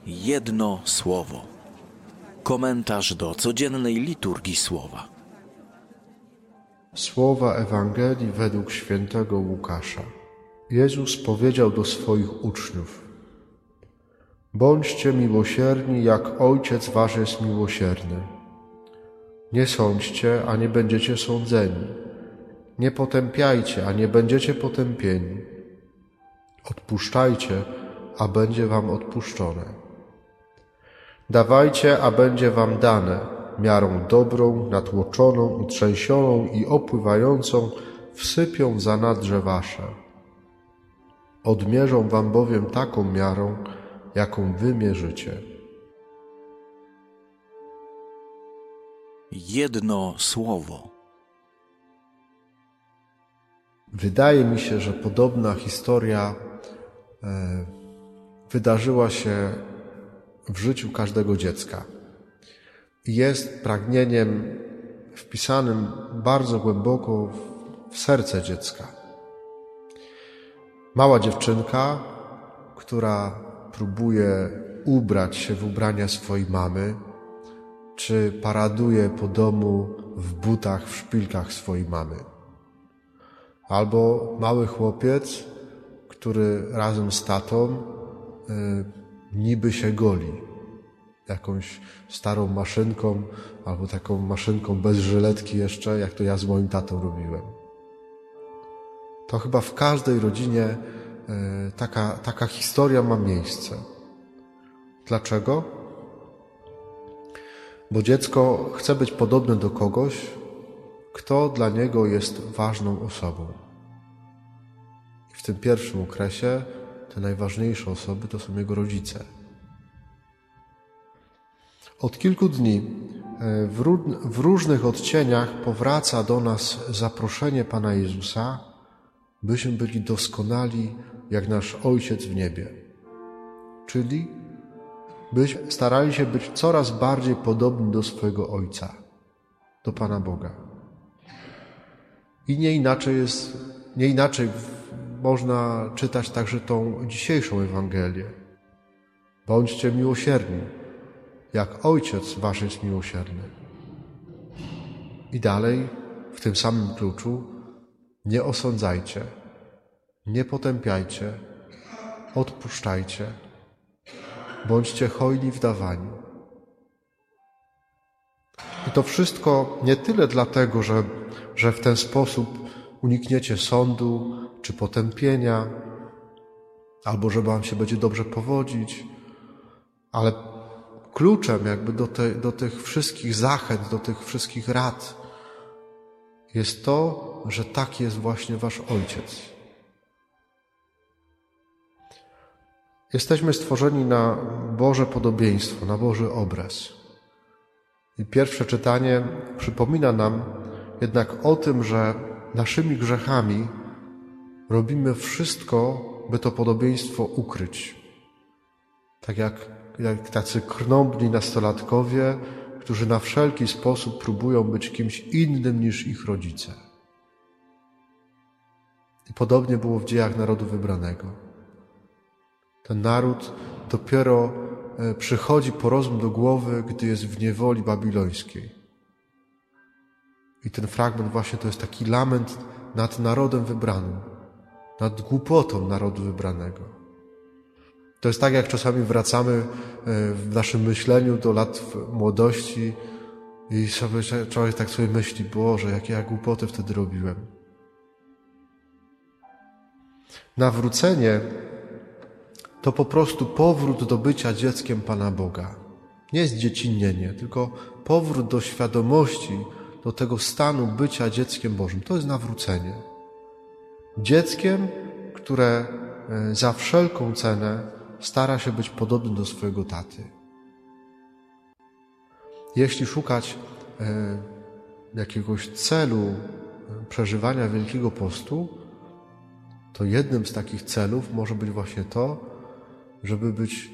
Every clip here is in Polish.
Jedno słowo. Komentarz do codziennej liturgii słowa. Słowa Ewangelii według świętego Łukasza. Jezus powiedział do swoich uczniów: bądźcie miłosierni, jak Ojciec wasz jest miłosierny. Nie sądźcie, a nie będziecie sądzeni. Nie potępiajcie, a nie będziecie potępieni. Odpuszczajcie, a będzie wam odpuszczone. Dawajcie, a będzie wam dane, miarą dobrą, natłoczoną, utrzęsioną i opływającą wsypią w zanadrze wasze. Odmierzą wam bowiem taką miarą, jaką wy mierzycie. Jedno słowo. Wydaje mi się, że podobna historia wydarzyła się w życiu każdego dziecka. I jest pragnieniem wpisanym bardzo głęboko w serce dziecka. Mała dziewczynka, która próbuje ubrać się w ubrania swojej mamy, czy paraduje po domu w butach, w szpilkach swojej mamy. Albo mały chłopiec, który razem z tatą niby się goli jakąś starą maszynką, albo taką maszynką bez żyletki jeszcze, jak to ja z moim tatą robiłem. To chyba w każdej rodzinie taka historia ma miejsce. Dlaczego? Bo dziecko chce być podobne do kogoś, kto dla niego jest ważną osobą. I w tym pierwszym okresie te najważniejsze osoby to są jego rodzice. Od kilku dni w różnych odcieniach powraca do nas zaproszenie Pana Jezusa, byśmy byli doskonali jak nasz Ojciec w niebie. Czyli byśmy starali się być coraz bardziej podobni do swojego Ojca, do Pana Boga. I nie inaczej można czytać także tą dzisiejszą Ewangelię. Bądźcie miłosierni, jak Ojciec wasz jest miłosierny. I dalej, w tym samym kluczu, nie osądzajcie, nie potępiajcie, odpuszczajcie, bądźcie hojni w dawaniu. I to wszystko nie tyle dlatego, że w ten sposób unikniecie sądu czy potępienia, albo że wam się będzie dobrze powodzić, ale kluczem jakby do tych wszystkich zachęt, do tych wszystkich rad jest to, że taki jest właśnie wasz Ojciec. Jesteśmy stworzeni na Boże podobieństwo, na Boży obraz. I pierwsze czytanie przypomina nam jednak o tym, że naszymi grzechami robimy wszystko, by to podobieństwo ukryć. Tak jak tacy krnąbni nastolatkowie, którzy na wszelki sposób próbują być kimś innym niż ich rodzice. I podobnie było w dziejach narodu wybranego. Ten naród dopiero przychodzi po rozum do głowy, gdy jest w niewoli babilońskiej. I ten fragment właśnie to jest taki lament nad narodem wybranym, nad głupotą narodu wybranego. To jest tak, jak czasami wracamy w naszym myśleniu do lat młodości i człowiek tak sobie myśli: Boże, jakie ja głupoty wtedy robiłem. Nawrócenie to po prostu powrót do bycia dzieckiem Pana Boga. Nie zdziecinnienie, tylko powrót do świadomości, do tego stanu bycia dzieckiem Bożym. To jest nawrócenie. Dzieckiem, które za wszelką cenę stara się być podobnym do swojego taty. Jeśli szukać jakiegoś celu przeżywania Wielkiego Postu, to jednym z takich celów może być właśnie to, żeby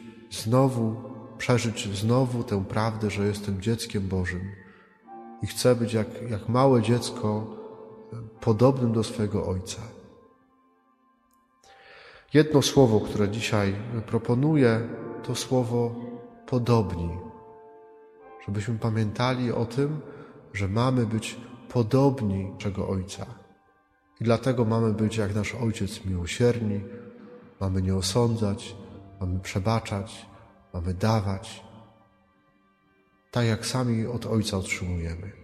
przeżyć znowu tę prawdę, że jestem dzieckiem Bożym i chcę być jak małe dziecko podobnym do swojego Ojca. Jedno słowo, które dzisiaj proponuję, to słowo podobni. Żebyśmy pamiętali o tym, że mamy być podobni naszego Ojca. I dlatego mamy być jak nasz Ojciec miłosierni, mamy nie osądzać, mamy przebaczać, mamy dawać, tak jak sami od Ojca otrzymujemy.